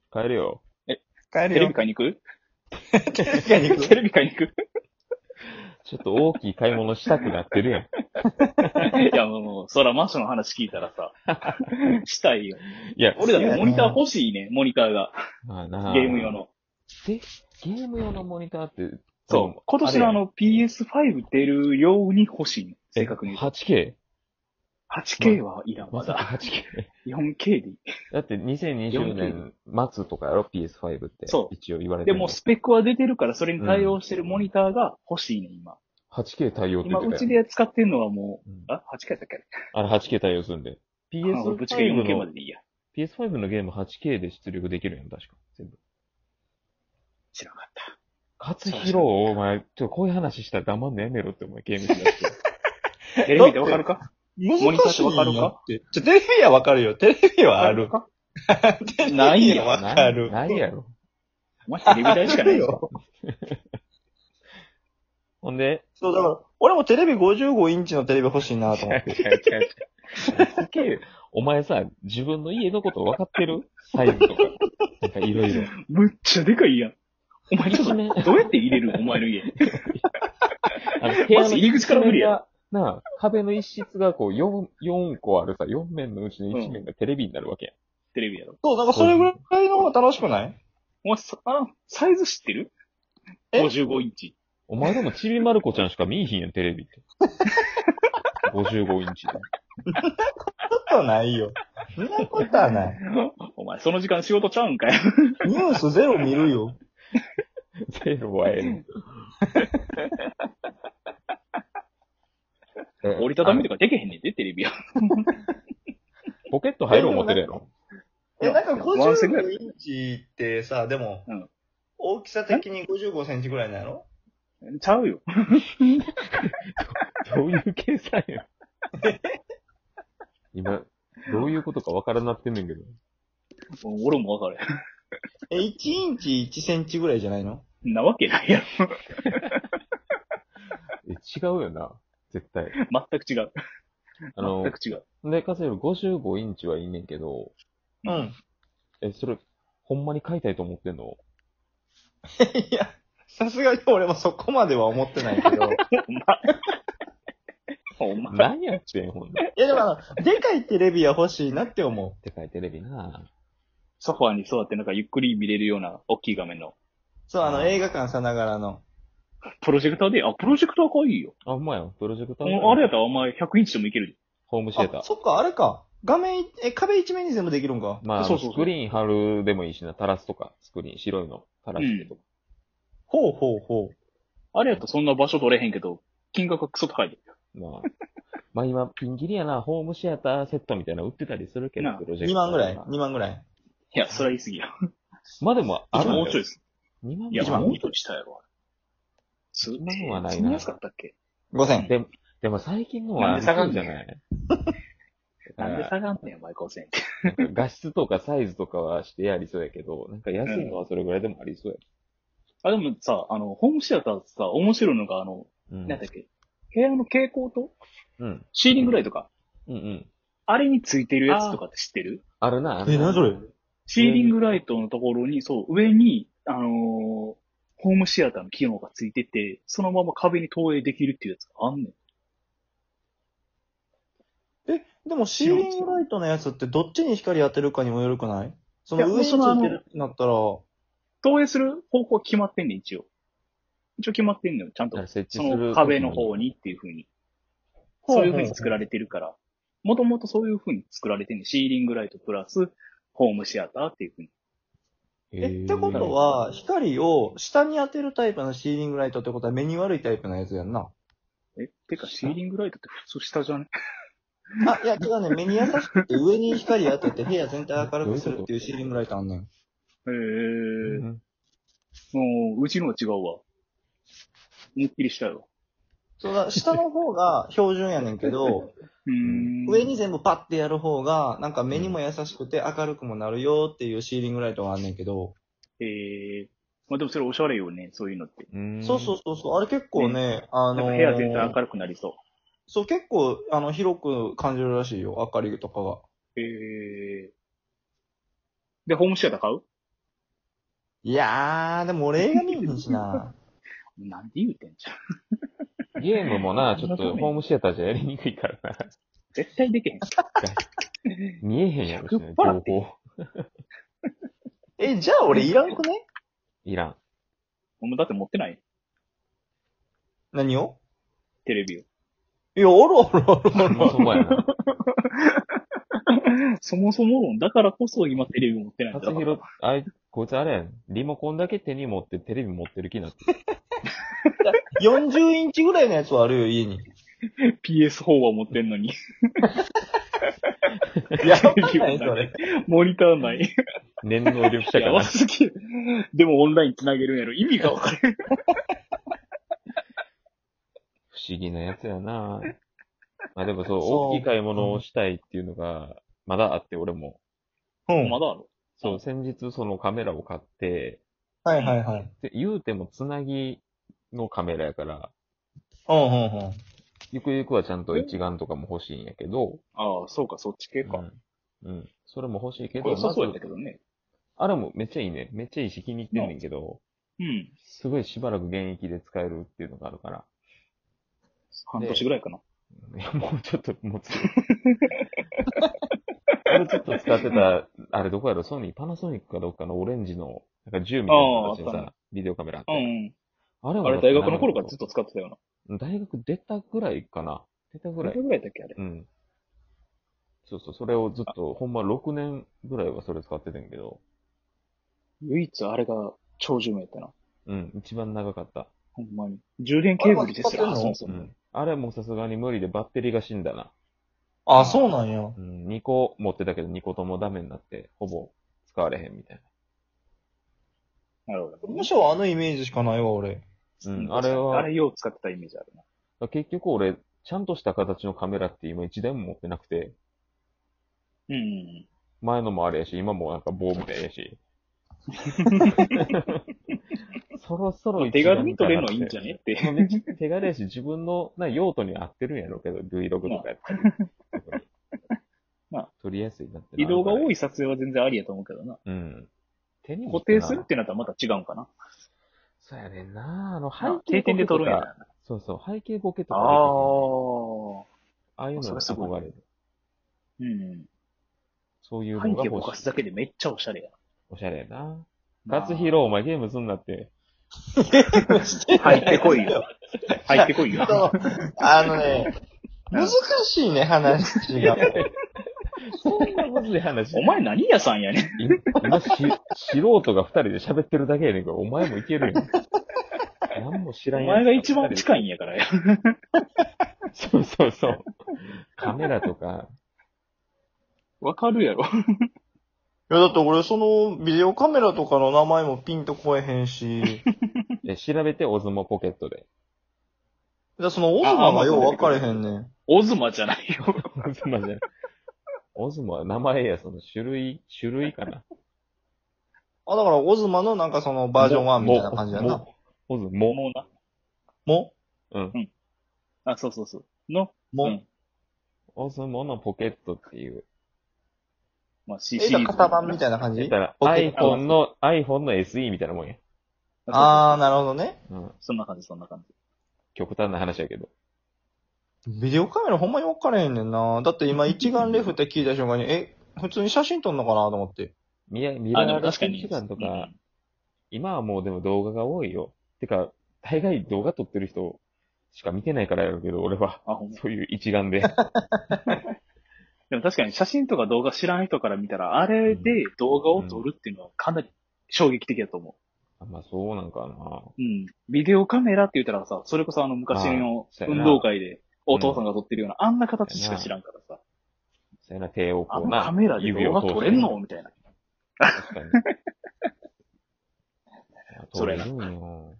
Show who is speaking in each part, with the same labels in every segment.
Speaker 1: 帰るよ。
Speaker 2: 帰るよ
Speaker 3: テレビ。買いに行く
Speaker 2: テレビ買いに行く
Speaker 3: テレビ買いに行く
Speaker 1: ちょっと大きい買い物したくなってるやん。
Speaker 3: いや、もう、そらマンションの話聞いたらさ、したいよ。
Speaker 1: いや、
Speaker 3: 俺だってモニター欲しいね、モニターが。
Speaker 1: まあな
Speaker 3: ゲーム用の。
Speaker 1: で、ゲーム用のモニターって、
Speaker 3: そう。今年のPS5 出るように欲しいね。正確に言うと。
Speaker 1: 8K?
Speaker 3: 8K はいらん、ま
Speaker 1: まさか
Speaker 3: だ。
Speaker 1: 8K?
Speaker 3: 4K でいい。
Speaker 1: だって2020年末とかやろ ?PS5 って。
Speaker 3: そう
Speaker 1: 一応言われてるの。
Speaker 3: でもスペックは出てるから、それに対応してるモニターが欲しいね、今。
Speaker 1: 8K 対応って言
Speaker 3: 今、
Speaker 1: ってたよ。
Speaker 3: うちで使ってるのはもう、
Speaker 1: うん
Speaker 3: あ ?8K だっけ
Speaker 1: あれ 8K 対応するんで。
Speaker 3: 俺ぶっちゃけ 4K ま
Speaker 1: PS5
Speaker 3: ででいいや。
Speaker 1: のゲーム 8K で出力できるやん、確か。全部。
Speaker 3: 知らなかった。
Speaker 1: 勝弘、お前、こういう話したら黙んのやめろってお前ゲームしだして。
Speaker 3: テレビでわかるか
Speaker 2: 難しい
Speaker 3: モニターってわかるか
Speaker 2: って。テレビはわかるよ。テレビはある。テレビ
Speaker 3: ないや
Speaker 2: はわかる。
Speaker 1: ないやろ。
Speaker 3: お前テレビ台しかないよ。
Speaker 2: よ。
Speaker 1: ほんで、
Speaker 2: そう、だから、俺もテレビ55インチのテレビ欲しいなと思って。
Speaker 1: お前さ、自分の家のこと分かってるサイズとか。なんかいろいろ。
Speaker 3: むっちゃでかいやん。お前ちょっと、
Speaker 1: 一面
Speaker 3: どうやって入れるお前の家。
Speaker 1: 部屋の
Speaker 3: まず入り口から無理や
Speaker 1: がなあ、壁の一室がこう4個あるさ、4面のうちの1面がテレビになるわけやん。
Speaker 3: テレビやろ。
Speaker 2: そう、なんかそれぐらいの方が楽しくない
Speaker 3: お前サイズ知ってる
Speaker 2: え
Speaker 3: ?55 インチ。
Speaker 1: お前でもちびまる子ちゃんしか見えひんやん、テレビって。55インチで。
Speaker 2: ことないよ。そんなことはない。
Speaker 3: お前その時間仕事ちゃうんかよ。
Speaker 2: ニュースゼロ見るよ。
Speaker 1: ゼロはええの。
Speaker 3: 折りたたみとかできへんねんで、テレビは。
Speaker 1: ポケット入る思ってるやろ。
Speaker 2: なんか
Speaker 3: ワンセグやろ
Speaker 2: 55インチってさ、でも、
Speaker 3: うん
Speaker 2: 大きさ的に55センチぐらいなの
Speaker 3: ちゃうよ。
Speaker 1: どういう計算や。今、どういうことかわからなってんねんけど。
Speaker 3: 俺もわかる。
Speaker 2: 1インチ1センチぐらいじゃないの
Speaker 3: なわけないやろ。
Speaker 1: 違うよな。絶対。
Speaker 3: 全く違う。全く違う。
Speaker 1: で、かつより55インチはいいねんけど、
Speaker 2: うん。
Speaker 1: それ、ほんまに買いたいと思ってんの？
Speaker 2: いや、さすがに俺もそこまでは思ってないけど。
Speaker 3: お前。
Speaker 1: 何やってん、ほんで。
Speaker 2: いやでもでかいテレビは欲しいなって思う。
Speaker 1: でかいテレビな
Speaker 3: ソファーに座ってなんかゆっくり見れるような大きい画面の。
Speaker 2: そう、映画館さながらの。
Speaker 3: プロジェクターで、プロジェクターかいいよ。
Speaker 1: あ、ほんまや。プロジェクター。
Speaker 3: あれやったらお前100インチでもいける。
Speaker 1: ホームシアター。
Speaker 2: そっか、あれか。画面、壁一面に全部できるんか。
Speaker 1: まあ、
Speaker 3: そうそうそう
Speaker 1: スクリーン貼るでもいいしな。タラスとか、スクリーン、白いの、タラしてとか。
Speaker 2: ほうほうほう。
Speaker 3: あれやったらそんな場所取れへんけど、金額はクソ高いで。
Speaker 1: まあ今、ピンキリやな、ホームシアターセットみたいなの売ってたりするけど
Speaker 3: な、
Speaker 1: プロジェク
Speaker 2: 2
Speaker 1: ター。
Speaker 2: 万ぐらい ?2 万ぐらい。
Speaker 3: いや、それは言い過ぎや。
Speaker 1: まあでも、ある
Speaker 3: もうちょいです。
Speaker 1: 2万
Speaker 3: いや、
Speaker 2: 一万
Speaker 3: もうちょいしたやろ。す
Speaker 1: 一万はないな
Speaker 3: そんな安かったっけ
Speaker 2: 5000。
Speaker 1: でも最近のは
Speaker 3: なんで下がん
Speaker 1: じ
Speaker 3: ねん
Speaker 1: ゃない
Speaker 3: なんで下がんねん、お前5000って。
Speaker 1: なんか画質とかサイズとかはしてやりそうやけど、なんか安いのはそれぐらいでもありそうや。
Speaker 3: でもさ、ホームシアターってさ、面白いのが、
Speaker 1: うん。
Speaker 3: なんだっけ、部屋の蛍光灯
Speaker 1: うん。
Speaker 3: シーリングライトか。
Speaker 1: うんうん。
Speaker 3: あれについてるやつとかって知ってる
Speaker 1: あるな。
Speaker 2: 何それ
Speaker 3: シーリングライトのところに、そう、上に、ホームシアターの機能がついてて、そのまま壁に投影できるっていうやつがあんねん。
Speaker 2: でもシーリングライトのやつってどっちに光当てるかにもよるくないその
Speaker 3: いや
Speaker 2: 上についてるってなったら、
Speaker 3: 投影する方向は決まってんねん、一応。一応決まってんのよ、ちゃんと。そ
Speaker 1: 設置する
Speaker 3: の壁の方にっていう風に。そういう風に作られてるから。もともとそういう風に作られてんねん。シーリングライトプラス、ホームシアターっていう風に。
Speaker 2: ってことは、光を下に当てるタイプのシーリングライトってことは目に悪いタイプのやつやんな。
Speaker 3: てか、シーリングライトって普通下じゃね
Speaker 2: いや、違うね。目に優しくて上に光当てて部屋全体明るくするっていうシーリングライトあんねん。
Speaker 3: もう、うちのは違うわ。思いっきりしたよ。
Speaker 2: そうだ、下の方が標準やねんけど、上に全部パッてやる方が、なんか目にも優しくて明るくもなるよっていうシーリングライトがあんねんけど。
Speaker 3: まあでもそれおしゃれよね、そういうのって。
Speaker 2: そうそうそうそう。あれ結構ね、
Speaker 3: なんか部屋全体明るくなりそ
Speaker 2: そう、結構、広く感じるらしいよ。明かりとかが。
Speaker 3: う。で、ホームシアター買う
Speaker 2: いやー、でも俺映画見えへんしな。
Speaker 3: なんで言うてんじゃん。
Speaker 1: ゲームもな、ちょっとホームシアターじゃやりにくいからな。
Speaker 3: 絶対できへん。
Speaker 1: 見えへんやろしな、
Speaker 3: 100%
Speaker 1: 情
Speaker 3: って
Speaker 1: 報。
Speaker 2: じゃあ俺いらんくね？
Speaker 1: いらん。
Speaker 3: お前だって持ってない
Speaker 2: 何を？
Speaker 3: テレビを。
Speaker 2: いや、おるおるおるおる。
Speaker 1: もうそこやな。
Speaker 3: そもそも論だからこそ今テレビ持ってないんだ
Speaker 1: 達弘、こいつあれやん。リモコンだけ手に持ってテレビ持ってる気になってる。
Speaker 2: 40インチぐらいのやつはあるよ、家に。
Speaker 3: PS4 は持ってんのに。
Speaker 2: やばないそれ。
Speaker 3: モニターない。
Speaker 1: 念能力者か
Speaker 3: やば
Speaker 1: な。
Speaker 3: すぎる。でもオンライン繋げるんやろ。意味がわかる。
Speaker 1: 不思議なやつやな。まあでもそう、
Speaker 2: そう
Speaker 1: 大きい買い物をしたいっていうのが、まだあって、俺も。
Speaker 2: うん。
Speaker 3: まだある。
Speaker 1: そう、先日そのカメラを買って、
Speaker 2: はいはいはい。
Speaker 1: で言うてもつなぎのカメラやから、
Speaker 2: うんうんうん。
Speaker 1: ゆくゆくはちゃんと一眼とかも欲しいんやけど、
Speaker 3: ああ、そうか、そっち系か。
Speaker 1: うん。うん。それも欲しいけど、
Speaker 3: これ良さそうやっ
Speaker 1: まず
Speaker 3: たけどね。
Speaker 1: あれもめっちゃいいね。めっちゃいいし気に入ってんねんけど、
Speaker 3: うん。
Speaker 1: すごいしばらく現役で使えるっていうのがあるから。
Speaker 3: 半年ぐらいかな。
Speaker 1: いや、もうちょっと持つ。俺ちょっと使ってた、あれどこやろ、パナソニックかどっかのオレンジの、なんか銃みたいな形の
Speaker 3: あああっ
Speaker 1: さ、ビデオカメラあって。
Speaker 3: うん。
Speaker 1: あれも
Speaker 3: あれ大学の頃からずっと使ってたよな。
Speaker 1: 大学出たぐらいかな。出たぐらい
Speaker 3: いくら。ぐらいだっけあれ。
Speaker 1: うん。そうそう、それをずっと、ほんま6年ぐらいはそれ使ってたんやけど、
Speaker 3: 唯一あれが超寿命やったな。
Speaker 1: うん、一番長かった。
Speaker 3: ほんまに。充電ケーブルですら
Speaker 2: あれまだ使ってんの
Speaker 3: そもそうも。
Speaker 1: ん。あれもうさすがに無理でバッテリーが死んだな。
Speaker 2: あ、そうなんや。
Speaker 1: うん、2個持ってたけど2個ともダメになって、ほぼ使われへんみたい
Speaker 3: なるほど。
Speaker 2: むしろあのイメージしかないわ、俺。
Speaker 1: な。うん、
Speaker 3: うん
Speaker 1: あれは、
Speaker 3: あれよう使ってたイメージあるな。
Speaker 1: 結局俺、ちゃんとした形のカメラって今一台も持ってなくて、
Speaker 3: うん。
Speaker 1: 前のもあれやし、今もなんか棒みたいやし。そろそろ
Speaker 3: 手
Speaker 1: 一眼
Speaker 3: 軽に撮れるのいいんじゃねって。
Speaker 1: めっちゃ手軽やし、自分の用途に合ってるんやろうけど、Vlog とかやったり。
Speaker 3: まあ
Speaker 1: 撮りやすいなって。
Speaker 3: 移動が多
Speaker 1: い。
Speaker 3: い撮影は全然ありやと思うけどな。
Speaker 1: うん。手に持
Speaker 3: 固
Speaker 1: ってな
Speaker 3: 定するってなったらまた違うんかな。
Speaker 1: そうやねんな。
Speaker 3: 定点で撮るんや
Speaker 1: とか
Speaker 3: な。
Speaker 1: そうそう、背景ボケと
Speaker 3: あ
Speaker 1: かできる。
Speaker 3: あ。
Speaker 1: ああいうのが
Speaker 3: それすごい
Speaker 1: 憧れる。
Speaker 3: うん。
Speaker 1: そういう
Speaker 3: 背景ぼ
Speaker 1: のが欲しい。
Speaker 3: かすだけでめっちゃおしゃれや。
Speaker 1: おしゃれやな。
Speaker 3: まあ
Speaker 1: 勝弘、お前ゲームすんなって。
Speaker 3: 入ってこいよ。入ってこいよ。
Speaker 2: そうあのね、難しいね、話が。
Speaker 1: そんなむずい話。
Speaker 3: お前何屋さんやねん。
Speaker 1: 今素人が二人で喋ってるだけやねんから、お前もいけるやん。何も知らんやつ
Speaker 3: お前が一番近いんやからよ。
Speaker 1: そうそうそう。カメラとか、
Speaker 3: わかるやろ。
Speaker 2: いや、だって俺そのビデオカメラとかの名前もピンとこえへんし、
Speaker 1: 調べてオズモポケットで。
Speaker 2: そのオズマがよう分かれへんねん。
Speaker 3: オズマじゃないよ。
Speaker 1: オズモじゃない。オズモは名前や、その種類かな。
Speaker 2: あ、だからオズマのなんかそのバージョン1みたいな感じやな。
Speaker 1: オズモ。
Speaker 3: もうな。
Speaker 2: も
Speaker 1: うん。
Speaker 3: あ、そうそうそう。の、
Speaker 2: も、
Speaker 3: うん
Speaker 1: オズモのポケットっていう。
Speaker 3: まあ、C シリーズ。
Speaker 2: 型番みたいな感じ
Speaker 1: 言ったら
Speaker 2: ポケット
Speaker 1: iPhone の SE みたいなもんや。
Speaker 2: あー、なるほどね。
Speaker 1: うん。
Speaker 3: そんな感じ、そんな感じ。
Speaker 1: 極端な話やけど。
Speaker 2: ビデオカメラほんまに分かれへんねんな。だって今一眼レフって聞いた瞬間に、普通に写真撮んのかなと思って。
Speaker 1: ミラ
Speaker 3: あ、で
Speaker 1: ーレス
Speaker 3: も確かに。
Speaker 1: 時間とか、
Speaker 3: うん
Speaker 1: 今はもうでも動画が多いよ。てか、大概動画撮ってる人しか見てないからやるけど、俺は。
Speaker 3: あ、ほんま。
Speaker 1: そういう一眼で。
Speaker 3: でも確かに写真とか動画知らん人から見たら、あれで動画を撮るっていうのはかなり衝撃的だと思
Speaker 1: あまあそうなんかな。
Speaker 3: う。うん。ビデオカメラって言ったらさ、それこそ昔の
Speaker 1: そうやな
Speaker 3: 運動会でお父さんが撮ってるような、あんな形しか知らんからさ、
Speaker 1: そうやな、手を
Speaker 3: あの
Speaker 1: こうな。
Speaker 3: カメラで動画撮れんのみたいな。
Speaker 1: 確かに。
Speaker 3: それな
Speaker 1: 撮れるんよ。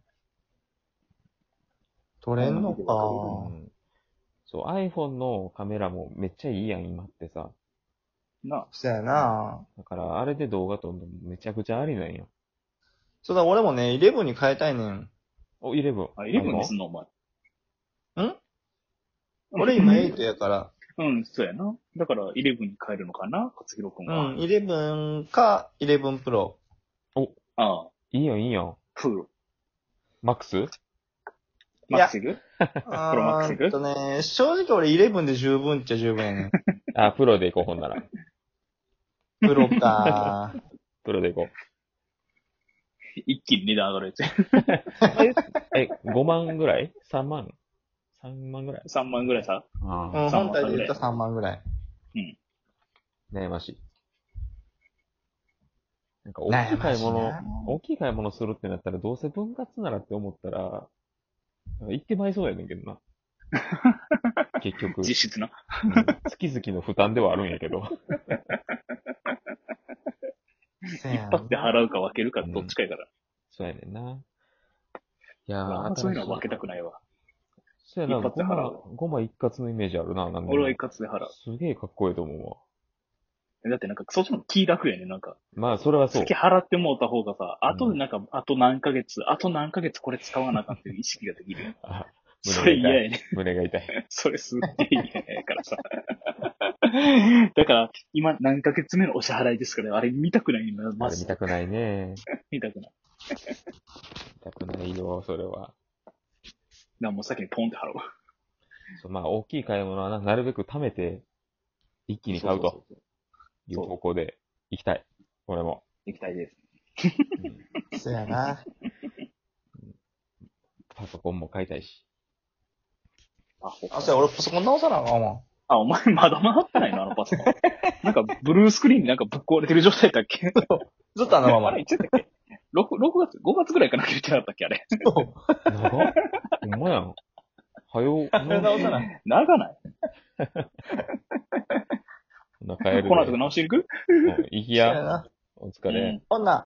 Speaker 2: 撮れんの
Speaker 1: う
Speaker 2: か。
Speaker 1: んそう、iPhone のカメラもめっちゃいいやん、今ってさ。
Speaker 3: な
Speaker 2: そやな。
Speaker 1: だから、あれで動画撮るのめちゃくちゃありなんよ。
Speaker 2: そうだ、俺もね、11に変えたいねん。
Speaker 1: お、11。
Speaker 3: あ、11にすんのお前。
Speaker 2: 俺今8やから。
Speaker 3: うん、そうやな。だから11に変えるのかな勝弘くん
Speaker 2: う
Speaker 3: は。
Speaker 2: ん、11か11プロ。
Speaker 3: ああ。
Speaker 1: いいよ、いいよ。
Speaker 3: プール。
Speaker 1: マックス
Speaker 3: マックスいく
Speaker 2: プ
Speaker 3: ロマックスいく
Speaker 2: 正直俺11で十分っちゃ十分やね。
Speaker 1: あ、プロで行こう、ほんなら。
Speaker 2: プロか。
Speaker 1: プロで行こ
Speaker 3: 一気に値段上がるやつ。
Speaker 1: う。5万ぐらい ?3 万 ?3 万ぐらい
Speaker 3: 3万ぐらいさ。
Speaker 1: ああ、
Speaker 2: うん、本体で言ったら3万ぐらい。
Speaker 1: 悩ましい。なんか大きい買い物
Speaker 2: 悩ましいな、
Speaker 1: 大きい買い物するってなったら、どうせ分割ならって思ったら、行ってまいそうやねんけどな。結局。
Speaker 3: 実質な。
Speaker 1: 月々の負担ではあるんやけど。
Speaker 3: 一発で払うか分けるかどっちかやから。
Speaker 1: そうやねんな。いや
Speaker 3: あんまそういうのは分けたくないわ。
Speaker 1: そうやな、
Speaker 3: 一発で払う
Speaker 1: 5枚一括のイメージあるな、なんでも
Speaker 3: 俺は一括で払う。
Speaker 1: すげえかっこいいと思うわ。
Speaker 3: だってなんかそっちの気楽やね。なんか、
Speaker 1: まあ、それはそう
Speaker 3: 先。払ってもうた方がさ、後でなんか、あと何ヶ月これ使わなあかんっていう意識ができるやん。
Speaker 1: あ
Speaker 3: それ嫌やね。
Speaker 1: 胸が痛い。
Speaker 3: それすっげえ嫌やからさ。だから、今何ヶ月目のお支払いですから、あれ見たくない今、
Speaker 1: あれ
Speaker 3: まず。
Speaker 1: 見たくないね。
Speaker 3: 見たくない。
Speaker 1: 見たくないよ、それは。
Speaker 3: だからもう先にポンって払う。
Speaker 1: そうまあ、大きい買い物はなるべく貯めて、一気に買うという方向で行きたい。俺も。
Speaker 3: 行きたいです。
Speaker 2: そうやな。
Speaker 1: パソコンも買いたいし。
Speaker 2: あ、そうや、俺パソコン直さなあかんわ。
Speaker 3: あ、お前まだ回ってないのあのパソコン。なんか、ブルースクリーンになんかぶっ壊れてる状態だっけ
Speaker 2: ずっとあのまま
Speaker 3: あれ、いつだっけ ?6 月、5月ぐらいかな言ってなかったっけあれ。
Speaker 1: 長っほんまやん。はよ、
Speaker 2: 直さな。
Speaker 3: 長ない
Speaker 1: 帰るで。
Speaker 3: この後直しに行く
Speaker 1: 行きや。
Speaker 2: そうやな。
Speaker 1: お疲れ。
Speaker 2: ほんな、